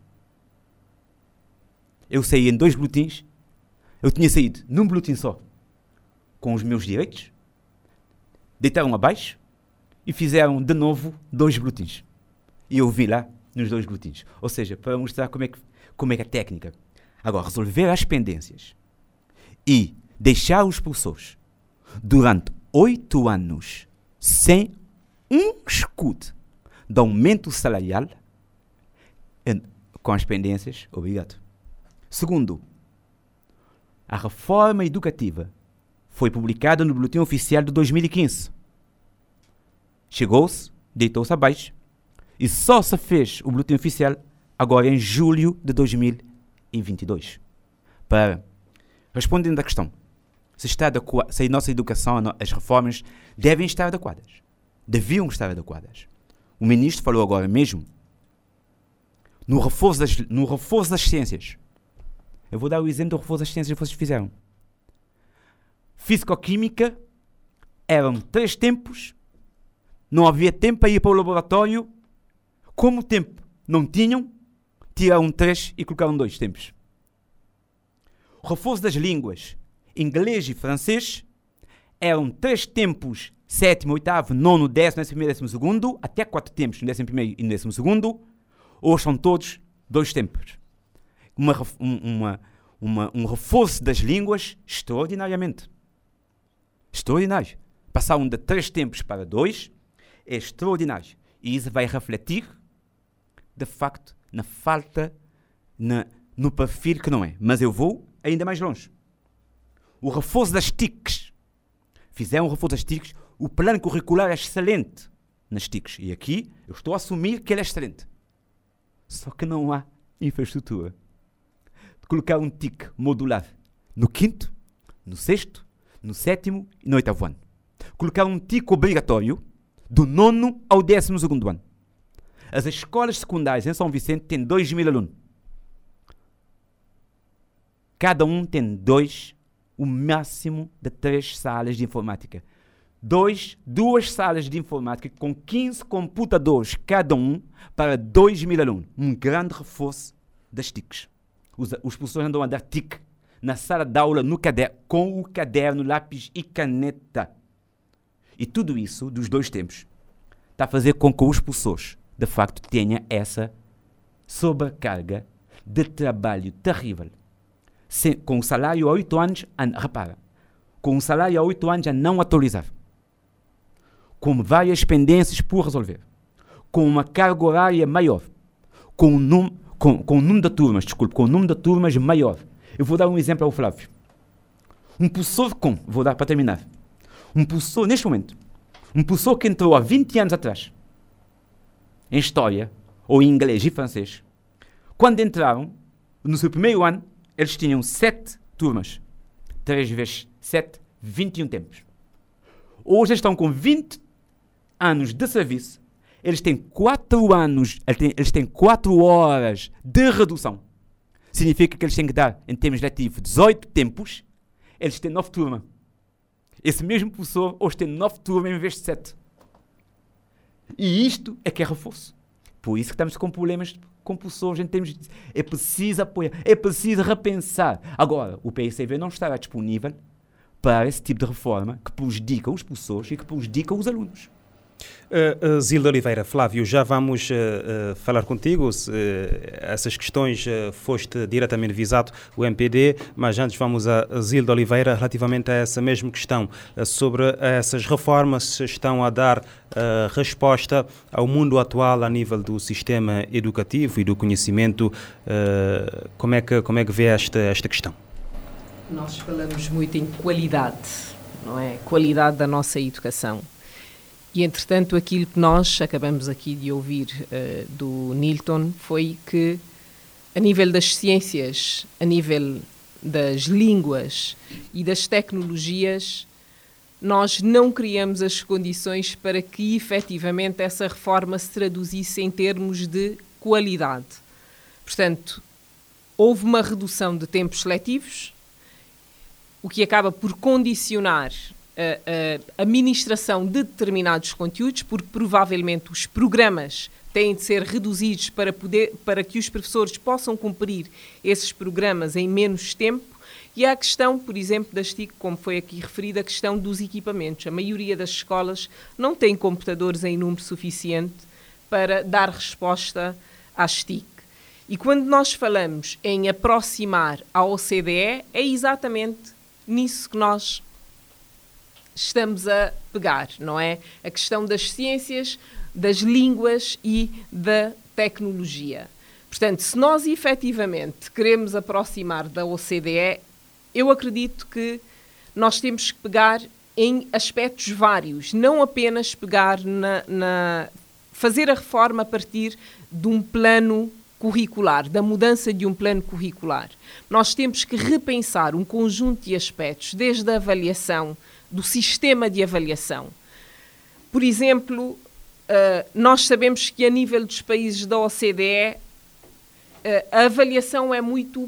Eu saí em 2 boletins, eu tinha saído num boletim só, com os meus direitos, deitaram abaixo e fizeram de novo 2 boletins. E eu vi lá nos 2 boletins. Ou seja, para mostrar como é que a técnica. Agora, resolver as pendências e deixar os professores durante 8 anos sem um escudo de aumento salarial com as pendências, obrigado. Segundo, a reforma educativa foi publicada no Boletim Oficial de 2015. Chegou-se, deitou-se abaixo e só se fez o Boletim Oficial agora em julho de 2022. Para, respondendo à questão, se a nossa educação, as reformas devem estar adequadas. Deviam estar adequadas. O ministro falou agora mesmo no reforço das ciências. Eu vou dar o exemplo do reforço das ciências que vocês fizeram. Físico-química, eram 3 tempos, não havia tempo para ir para o laboratório. Como tempo não tinham, tiraram 3 e colocaram 2 tempos. O reforço das línguas, inglês e francês, eram 3 tempos, 7º, 8º, 9º, 10º, 11º, 12º, até 4 tempos no 11º e no 12º, hoje são todos 2 tempos. Um reforço das línguas extraordinariamente. Extraordinário. Passaram de 3 tempos para 2 é extraordinário. E isso vai refletir, de facto, na falta, no perfil que não é. Mas eu vou ainda mais longe. O reforço das TICs. Fizeram o reforço das TICs. O plano curricular é excelente nas TICs. E aqui eu estou a assumir que ele é excelente. Só que não há infraestrutura. Colocar um TIC modular no 5º, no 6º, no 7º e no 8º ano. Colocar um TIC obrigatório do 9º ao 12º ano. As escolas secundárias em São Vicente têm 2.000 alunos. Cada um tem 2, o máximo de 3 salas de informática. 2 salas de informática com 15 computadores cada um para 2.000 alunos. Um grande reforço das TICs. Os professores andam a dar TIC na sala de aula no caderno, com o caderno, lápis e caneta. E tudo isso, dos 2 tempos, está a fazer com que os professores, de facto, tenham essa sobrecarga de trabalho terrível. Com o salário há 8 anos, repara, com o salário há 8 anos a não atualizar, com várias pendências por resolver, com uma carga horária maior, com o número de turmas maior. Eu vou dar um exemplo ao Flávio. Um professor vou dar para terminar, um professor, neste momento, um professor que entrou há 20 anos atrás, em História, ou em Inglês e Francês, quando entraram, no seu primeiro ano, eles tinham 7 turmas. 3 vezes 7, 21 tempos. Hoje eles estão com 20 anos de serviço, eles têm 4 anos, eles têm 4 horas de redução. Significa que eles têm que dar, em termos letivos, 18 tempos, eles têm 9 turmas. Esse mesmo professor hoje tem 9 turmas em vez de 7. E isto é que é reforço. Por isso que estamos com problemas com professores em termos de... É preciso apoiar, é preciso repensar. Agora, o PICV não estará disponível para esse tipo de reforma que prejudica os professores e que prejudica os alunos. Zilda Oliveira, Flávio, já vamos falar contigo. Essas questões foste diretamente visado o MPD, mas antes vamos a Zilda Oliveira relativamente a essa mesma questão, sobre essas reformas se estão a dar resposta ao mundo atual a nível do sistema educativo e do conhecimento. Como é que vê esta questão? Nós falamos muito em qualidade, não é? Qualidade da nossa educação. E, entretanto, aquilo que nós acabamos aqui de ouvir do Nilton foi que, a nível das ciências, a nível das línguas e das tecnologias, nós não criamos as condições para que, efetivamente, essa reforma se traduzisse em termos de qualidade. Portanto, houve uma redução de tempos letivos, o que acaba por condicionar a ministração de determinados conteúdos, porque provavelmente os programas têm de ser reduzidos para que os professores possam cumprir esses programas em menos tempo. E há a questão, por exemplo, das TIC, como foi aqui referida, a questão dos equipamentos. A maioria das escolas não tem computadores em número suficiente para dar resposta às TIC. E quando nós falamos em aproximar à OCDE, é exatamente nisso que nós estamos a pegar, não é? A questão das ciências, das línguas e da tecnologia. Portanto, se nós efetivamente queremos aproximar da OCDE, eu acredito que nós temos que pegar em aspectos vários, não apenas pegar fazer a reforma a partir de um plano curricular, da mudança de um plano curricular. Nós temos que repensar um conjunto de aspectos, desde a avaliação, do sistema de avaliação. Por exemplo, nós sabemos que a nível dos países da OCDE, a avaliação é muito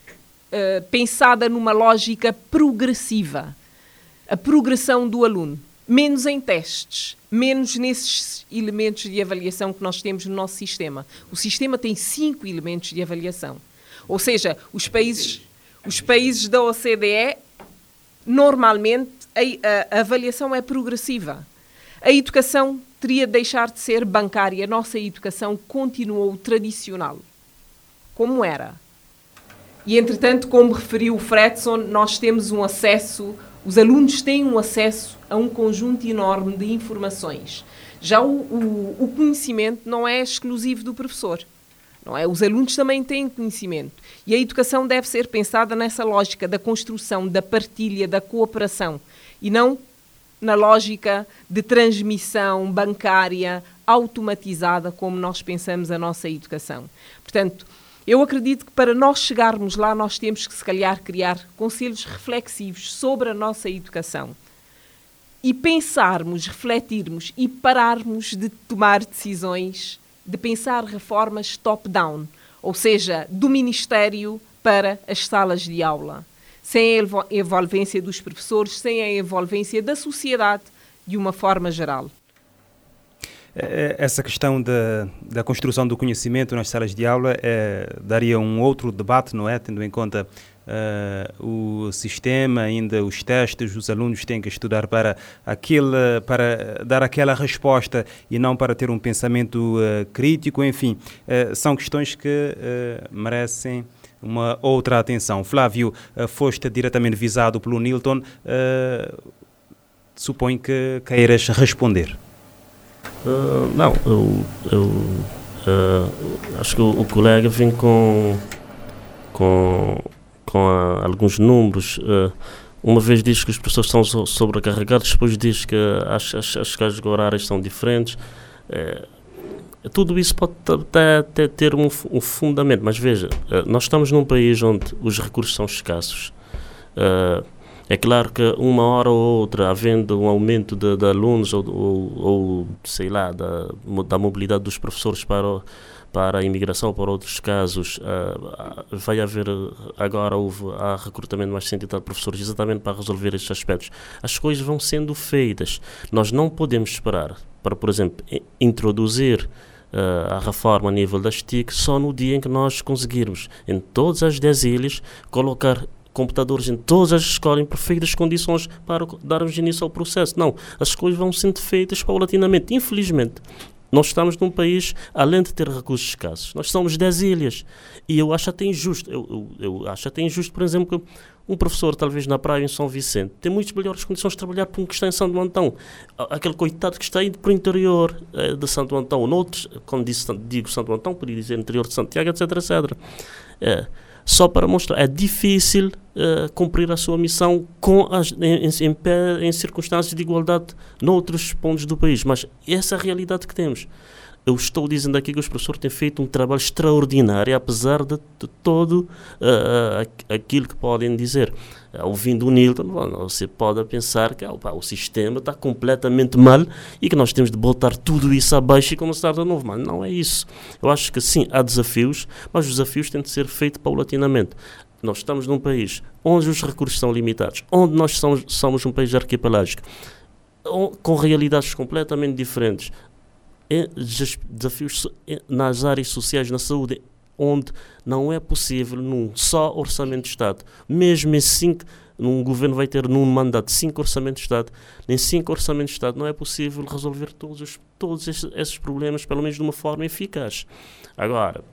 pensada numa lógica progressiva. A progressão do aluno. Menos em testes, menos nesses elementos de avaliação que nós temos no nosso sistema. O sistema tem 5 elementos de avaliação. Ou seja, os países da OCDE, normalmente, a avaliação é progressiva. A educação teria de deixar de ser bancária. A nossa educação continuou tradicional, como era. E, entretanto, como referiu o Fredson, nós temos um acesso, os alunos têm um acesso a um conjunto enorme de informações. Já o conhecimento não é exclusivo do professor. Não é? Os alunos também têm conhecimento. E a educação deve ser pensada nessa lógica da construção, da partilha, da cooperação. E não na lógica de transmissão bancária automatizada, como nós pensamos a nossa educação. Portanto, eu acredito que para nós chegarmos lá, nós temos que, se calhar, criar conselhos reflexivos sobre a nossa educação. E pensarmos, refletirmos e pararmos de tomar decisões, de pensar reformas top-down, ou seja, do Ministério para as salas de aula, sem a envolvência dos professores, sem a envolvência da sociedade de uma forma geral. Essa questão da construção do conhecimento nas salas de aula daria um outro debate, não é? Tendo em conta o sistema, ainda os testes, os alunos têm que estudar para dar aquela resposta e não para ter um pensamento crítico, enfim, são questões que merecem uma outra atenção. Flávio, foste diretamente visado pelo Nilton, suponho que queiras responder. Não, eu acho que o colega vem com alguns números. uma vez diz que os professores são sobrecarregados, depois diz que as cargas horárias são diferentes. Tudo isso pode ter um fundamento, mas veja, nós estamos num país onde os recursos são escassos. É claro que uma hora ou outra, havendo um aumento de alunos ou sei lá, da mobilidade dos professores para a imigração, para outros casos, vai haver, agora há recrutamento mais sentido de professores exatamente para resolver estes aspectos. As coisas vão sendo feitas. Nós não podemos esperar para, por exemplo, introduzir a reforma a nível das TIC só no dia em que nós conseguirmos, em todas as 10 ilhas, colocar computadores em todas as escolas em perfeitas condições para darmos início ao processo. Não, as coisas vão sendo feitas paulatinamente. Infelizmente, nós estamos num país, além de ter recursos escassos, nós somos 10 ilhas. E eu acho até injusto, eu acho até injusto, por exemplo, que um professor, talvez na praia em São Vicente, tem muitas melhores condições de trabalhar por um que está em Santo Antão. Aquele coitado que está indo para o interior de Santo Antão, noutros, quando digo Santo Antão, podia dizer interior de Santiago, etc, etc. Só para mostrar, é difícil cumprir a sua missão em circunstâncias de igualdade noutros pontos do país, mas essa é a realidade que temos. Eu estou dizendo aqui que os professores têm feito um trabalho extraordinário, apesar de todo aquilo que podem dizer. Ouvindo o Nilton, você pode pensar que o sistema está completamente mal e que nós temos de botar tudo isso abaixo e começar de novo. Mas não é isso. Eu acho que sim, há desafios, mas os desafios têm de ser feitos paulatinamente. Nós estamos num país onde os recursos são limitados, onde nós somos um país arquipelágico, com realidades completamente diferentes, desafios nas áreas sociais, na saúde, onde não é possível num só orçamento de Estado, mesmo em 5, um governo vai ter num mandato 5 orçamentos de Estado, em 5 orçamentos de Estado não é possível resolver todos esses problemas, pelo menos de uma forma eficaz. Agora,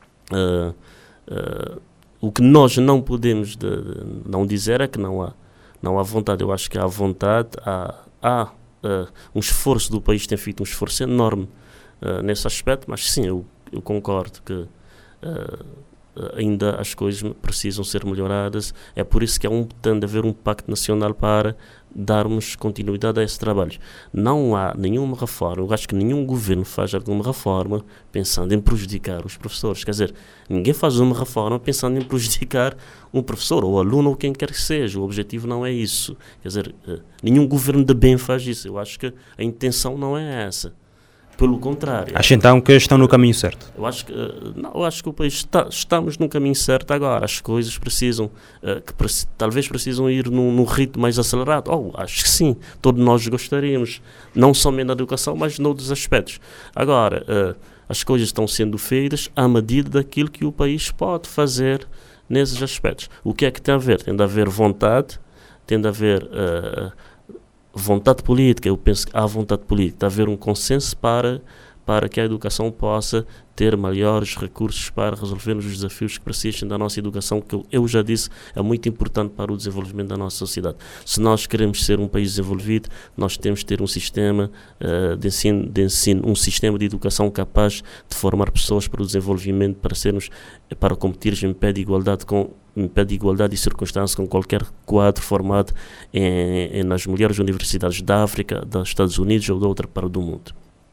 o que nós não podemos não dizer é que não há vontade. Eu acho que há vontade, há um esforço do país, tem feito um esforço enorme nesse aspecto, mas sim, eu concordo que ainda as coisas precisam ser melhoradas. É por isso que tem de haver um pacto nacional para darmos continuidade a esse trabalho. Não há nenhuma reforma, eu acho que nenhum governo faz alguma reforma pensando em prejudicar os professores. Quer dizer, ninguém faz uma reforma pensando em prejudicar um professor ou aluno ou quem quer que seja. O objetivo não é isso. Quer dizer, nenhum governo de bem faz isso. Eu acho que a intenção não é essa. Pelo contrário. Acho então que estão no caminho certo? Eu acho que o país estamos no caminho certo agora. As coisas precisam, talvez precisam ir num ritmo mais acelerado. Acho que sim, todos nós gostaríamos, não somente na educação, mas noutros aspectos. Agora, as coisas estão sendo feitas à medida daquilo que o país pode fazer nesses aspectos. O que é que tem a ver? Tem de haver vontade, tem de haver vontade política. Eu penso que há vontade política, de haver um consenso para que a educação possa ter maiores recursos para resolvermos os desafios que persistem da nossa educação, que eu já disse, é muito importante para o desenvolvimento da nossa sociedade. Se nós queremos ser um país desenvolvido, nós temos de ter um sistema de ensino, um sistema de educação capaz de formar pessoas para o desenvolvimento, para competir em pé de igualdade e circunstâncias com qualquer quadro formado nas melhores universidades da África, dos Estados Unidos ou de outra parte do mundo.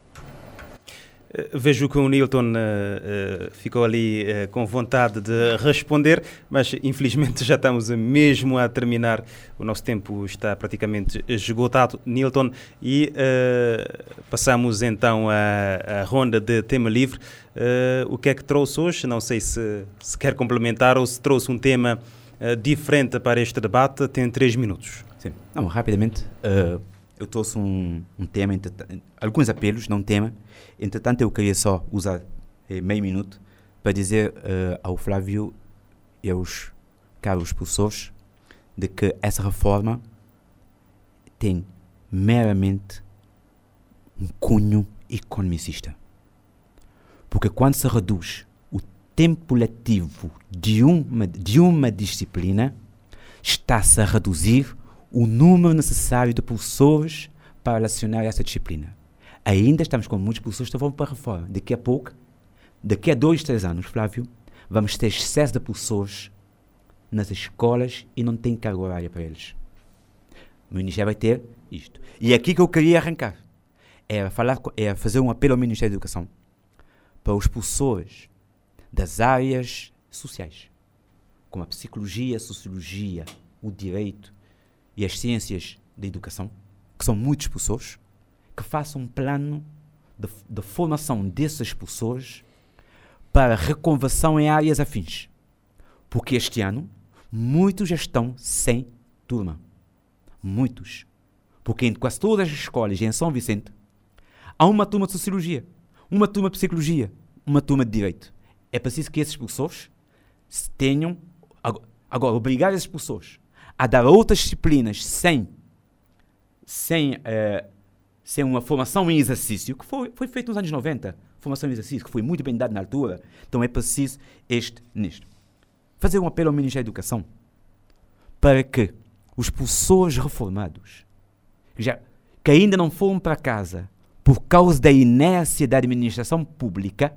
Vejo que o Nilton ficou ali com vontade de responder, mas infelizmente já estamos mesmo a terminar. O nosso tempo está praticamente esgotado, Nilton, e passamos então à ronda de tema livre. O que é que trouxe hoje? Não sei se quer complementar ou se trouxe um tema diferente para este debate. Tem 3 minutos. Sim. Não, rapidamente, eu trouxe um tema, alguns apelos, não um tema. Entretanto, eu queria só usar meio minuto para dizer ao Flávio e aos caros professores de que essa reforma tem meramente um cunho economicista. Porque quando se reduz o tempo letivo de uma disciplina, está-se a reduzir o número necessário de professores para lecionar essa disciplina. Ainda estamos com muitos professores que vão para a reforma. Daqui a 2, 3 anos, Flávio, vamos ter excesso de professores nas escolas e não tem carga horária para eles. O Ministério vai ter isto. E aqui que eu queria arrancar. É fazer um apelo ao Ministério da Educação para os professores das áreas sociais, como a psicologia, a sociologia, o direito e as ciências da educação, que são muitos professores, que façam um plano de formação desses professores para reconversão em áreas afins. Porque este ano, muitos já estão sem turma. Muitos. Porque em quase todas as escolas em São Vicente, há uma turma de sociologia, uma turma de psicologia, uma turma de direito. É preciso que esses professores tenham... Agora, obrigar esses professores a dar outras disciplinas sem uma formação em exercício, que foi feito nos anos 90, formação em exercício, que foi muito bem dada na altura. Então é preciso nisto. Fazer um apelo ao Ministério da Educação para que os professores reformados, que ainda não foram para casa por causa da inércia da administração pública,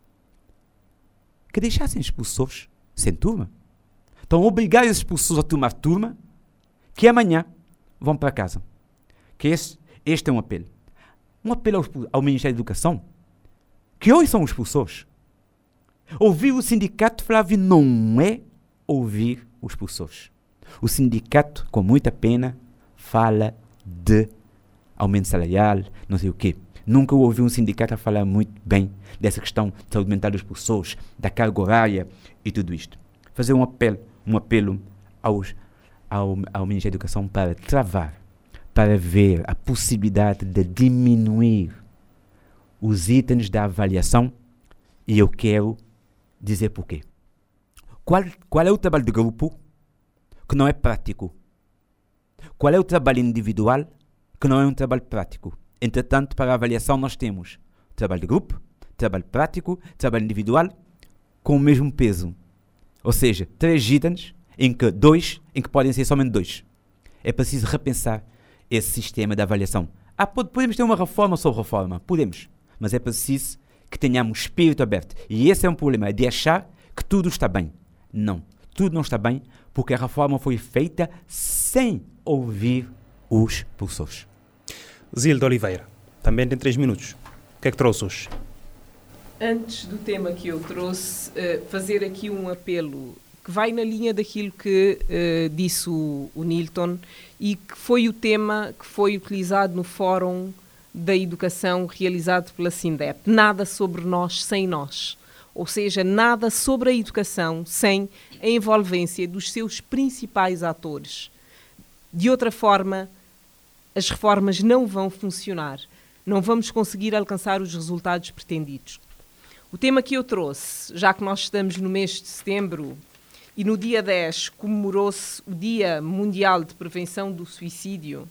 que deixassem os professores sem turma. Então obrigar esses professores a tomar turma, que amanhã vão para casa. Que este é um apelo. Um apelo ao Ministério da Educação, que hoje são os professores. Ouvir o sindicato, Flávio, não é ouvir os professores. O sindicato, com muita pena, fala de aumento salarial, não sei o quê. Nunca ouvi um sindicato a falar muito bem dessa questão de saúde mental dos professores, da carga horária e tudo isto. Fazer um apelo ao Ministério da Educação para travar, para ver a possibilidade de diminuir os itens da avaliação, e eu quero dizer porquê. Qual é o trabalho de grupo que não é prático? Qual é o trabalho individual que não é um trabalho prático? Entretanto, para a avaliação nós temos trabalho de grupo, trabalho prático, trabalho individual com o mesmo peso. Ou seja, 3 itens em que podem ser somente 2. É preciso repensar esse sistema de avaliação. Podemos ter uma reforma sobre reforma, podemos, mas é preciso que tenhamos espírito aberto. E esse é um problema, de achar que tudo está bem. Não, tudo não está bem, porque a reforma foi feita sem ouvir os professores. Zilda Oliveira, também tem 3 minutos. O que é que trouxe hoje? Antes do tema que eu trouxe, fazer aqui um apelo que vai na linha daquilo que disse o Nilton e que foi o tema que foi utilizado no Fórum da Educação realizado pela SINDEP. Nada sobre nós sem nós. Ou seja, nada sobre a educação sem a envolvência dos seus principais atores. De outra forma, as reformas não vão funcionar. Não vamos conseguir alcançar os resultados pretendidos. O tema que eu trouxe, já que nós estamos no mês de setembro e no dia 10 comemorou-se o Dia Mundial de Prevenção do Suicídio,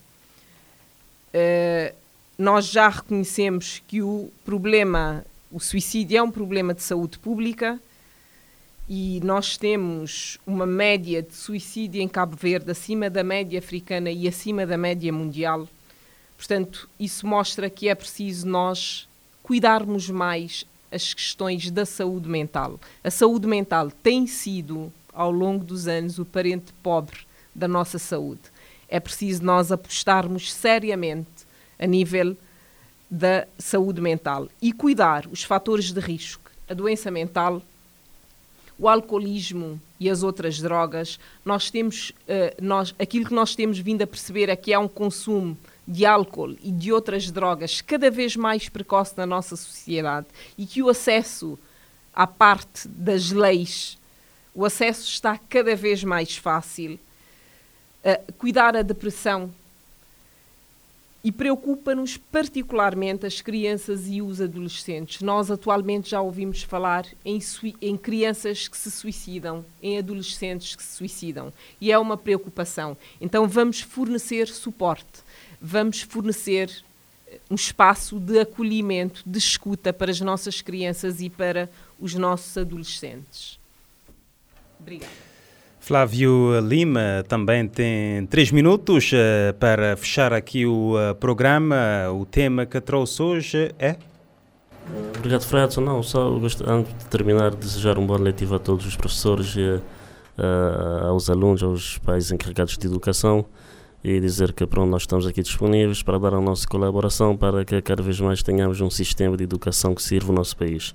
nós já reconhecemos que o suicídio é um problema de saúde pública e nós temos uma média de suicídio em Cabo Verde acima da média africana e acima da média mundial. Portanto, isso mostra que é preciso nós cuidarmos mais as questões da saúde mental. A saúde mental tem sido, ao longo dos anos, o parente pobre da nossa saúde. É preciso nós apostarmos seriamente a nível da saúde mental e cuidar os fatores de risco, a doença mental, o alcoolismo e as outras drogas. Aquilo que nós temos vindo a perceber é que há um consumo de álcool e de outras drogas cada vez mais precoce na nossa sociedade e que o acesso à parte das leis, o acesso está cada vez mais fácil. Cuidar a depressão. E preocupa-nos particularmente as crianças e os adolescentes. Nós atualmente já ouvimos falar em crianças que se suicidam, em adolescentes que se suicidam. E é uma preocupação. Então vamos fornecer suporte, vamos fornecer um espaço de acolhimento, de escuta para as nossas crianças e para os nossos adolescentes. Obrigada. Flávio Lima também tem 3 minutos para fechar aqui o programa. O tema que trouxe hoje é? Obrigado, Fredson. Não, só antes de terminar, desejar um bom letivo a todos os professores, aos alunos, aos pais encarregados de educação e dizer que pronto, nós estamos aqui disponíveis para dar a nossa colaboração para que cada vez mais tenhamos um sistema de educação que sirva o nosso país.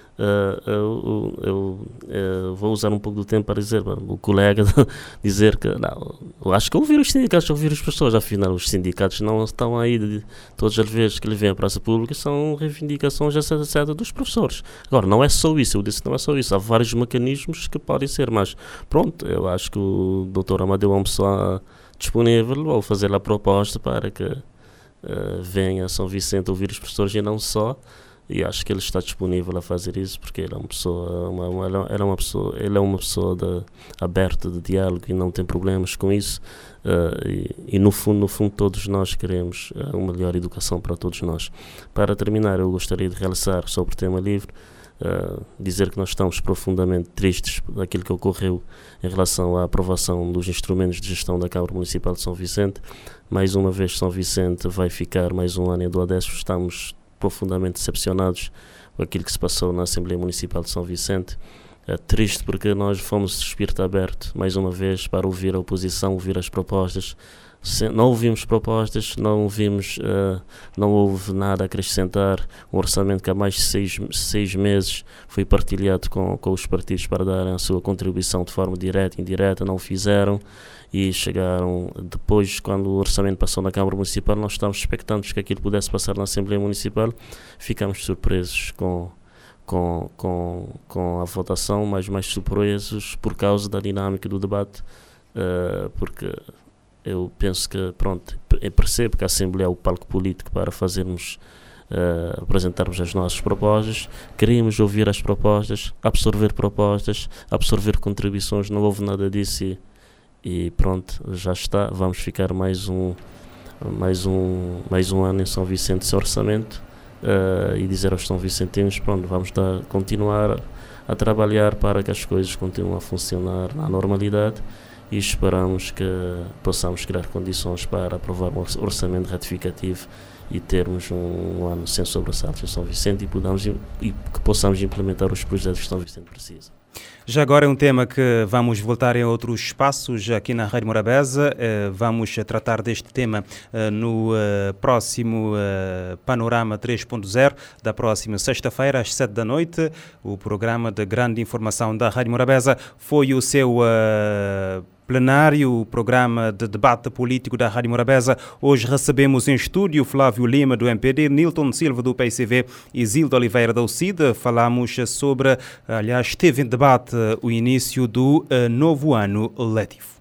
Eu vou usar um pouco do tempo para dizer, o colega dizer que não, eu acho que ouvir os sindicatos, ouvir as pessoas, afinal os sindicatos não estão aí todas as vezes que ele vem à praça pública, são reivindicações etc. dos professores. Agora, não é só isso, eu disse que não é só isso, há vários mecanismos que podem ser, mas pronto, eu acho que o Dr. Amadeu é uma pessoa disponível, vou fazer a proposta para que venha a São Vicente ouvir os professores e não só. E acho que ele está disponível a fazer isso porque ele é uma pessoa, ele é uma pessoa aberta de diálogo e não tem problemas com isso. E no fundo todos nós queremos uma melhor educação para todos nós. Para terminar, eu gostaria de realçar sobre o tema livre, dizer que nós estamos profundamente tristes daquilo que ocorreu em relação à aprovação dos instrumentos de gestão da Câmara Municipal de São Vicente. Mais uma vez, São Vicente vai ficar mais um ano em Duodécimo. Estamos profundamente decepcionados com aquilo que se passou na Assembleia Municipal de São Vicente. É triste porque nós fomos de espírito aberto, mais uma vez, para ouvir a oposição, ouvir as propostas. Não ouvimos propostas, não houve nada a acrescentar. Um orçamento que há mais de seis meses foi partilhado com os partidos para darem a sua contribuição de forma direta e indireta, não o fizeram. E chegaram depois, quando o orçamento passou na Câmara Municipal, nós estávamos expectantes que aquilo pudesse passar na Assembleia Municipal. Ficámos surpresos com a votação, mas mais surpresos por causa da dinâmica do debate, porque eu penso que, pronto, eu percebo que a Assembleia é o palco político para apresentarmos as nossas propostas. Queríamos ouvir as propostas, absorver contribuições, não houve nada disso e pronto, já está. Vamos ficar mais um ano em São Vicente sem orçamento, e dizer aos São Vicentinos, pronto, vamos continuar a trabalhar para que as coisas continuem a funcionar na normalidade e esperamos que possamos criar condições para aprovar um orçamento retificativo e termos um ano sem sobressaltos em São Vicente e que possamos implementar os projetos que São Vicente precisa. Já agora é um tema que vamos voltar em outros espaços aqui na Rádio Morabeza. Vamos tratar deste tema no próximo Panorama 3.0 da próxima sexta-feira às 7 da noite. O programa de grande informação da Rádio Morabeza foi o seu plenário, o programa de debate político da Rádio Morabeza. Hoje recebemos em estúdio Flávio Lima, do MPD, Nilton Silva, do PCV e Zilda Oliveira, da UCID. Falamos sobre, aliás, esteve em debate o início do novo ano letivo.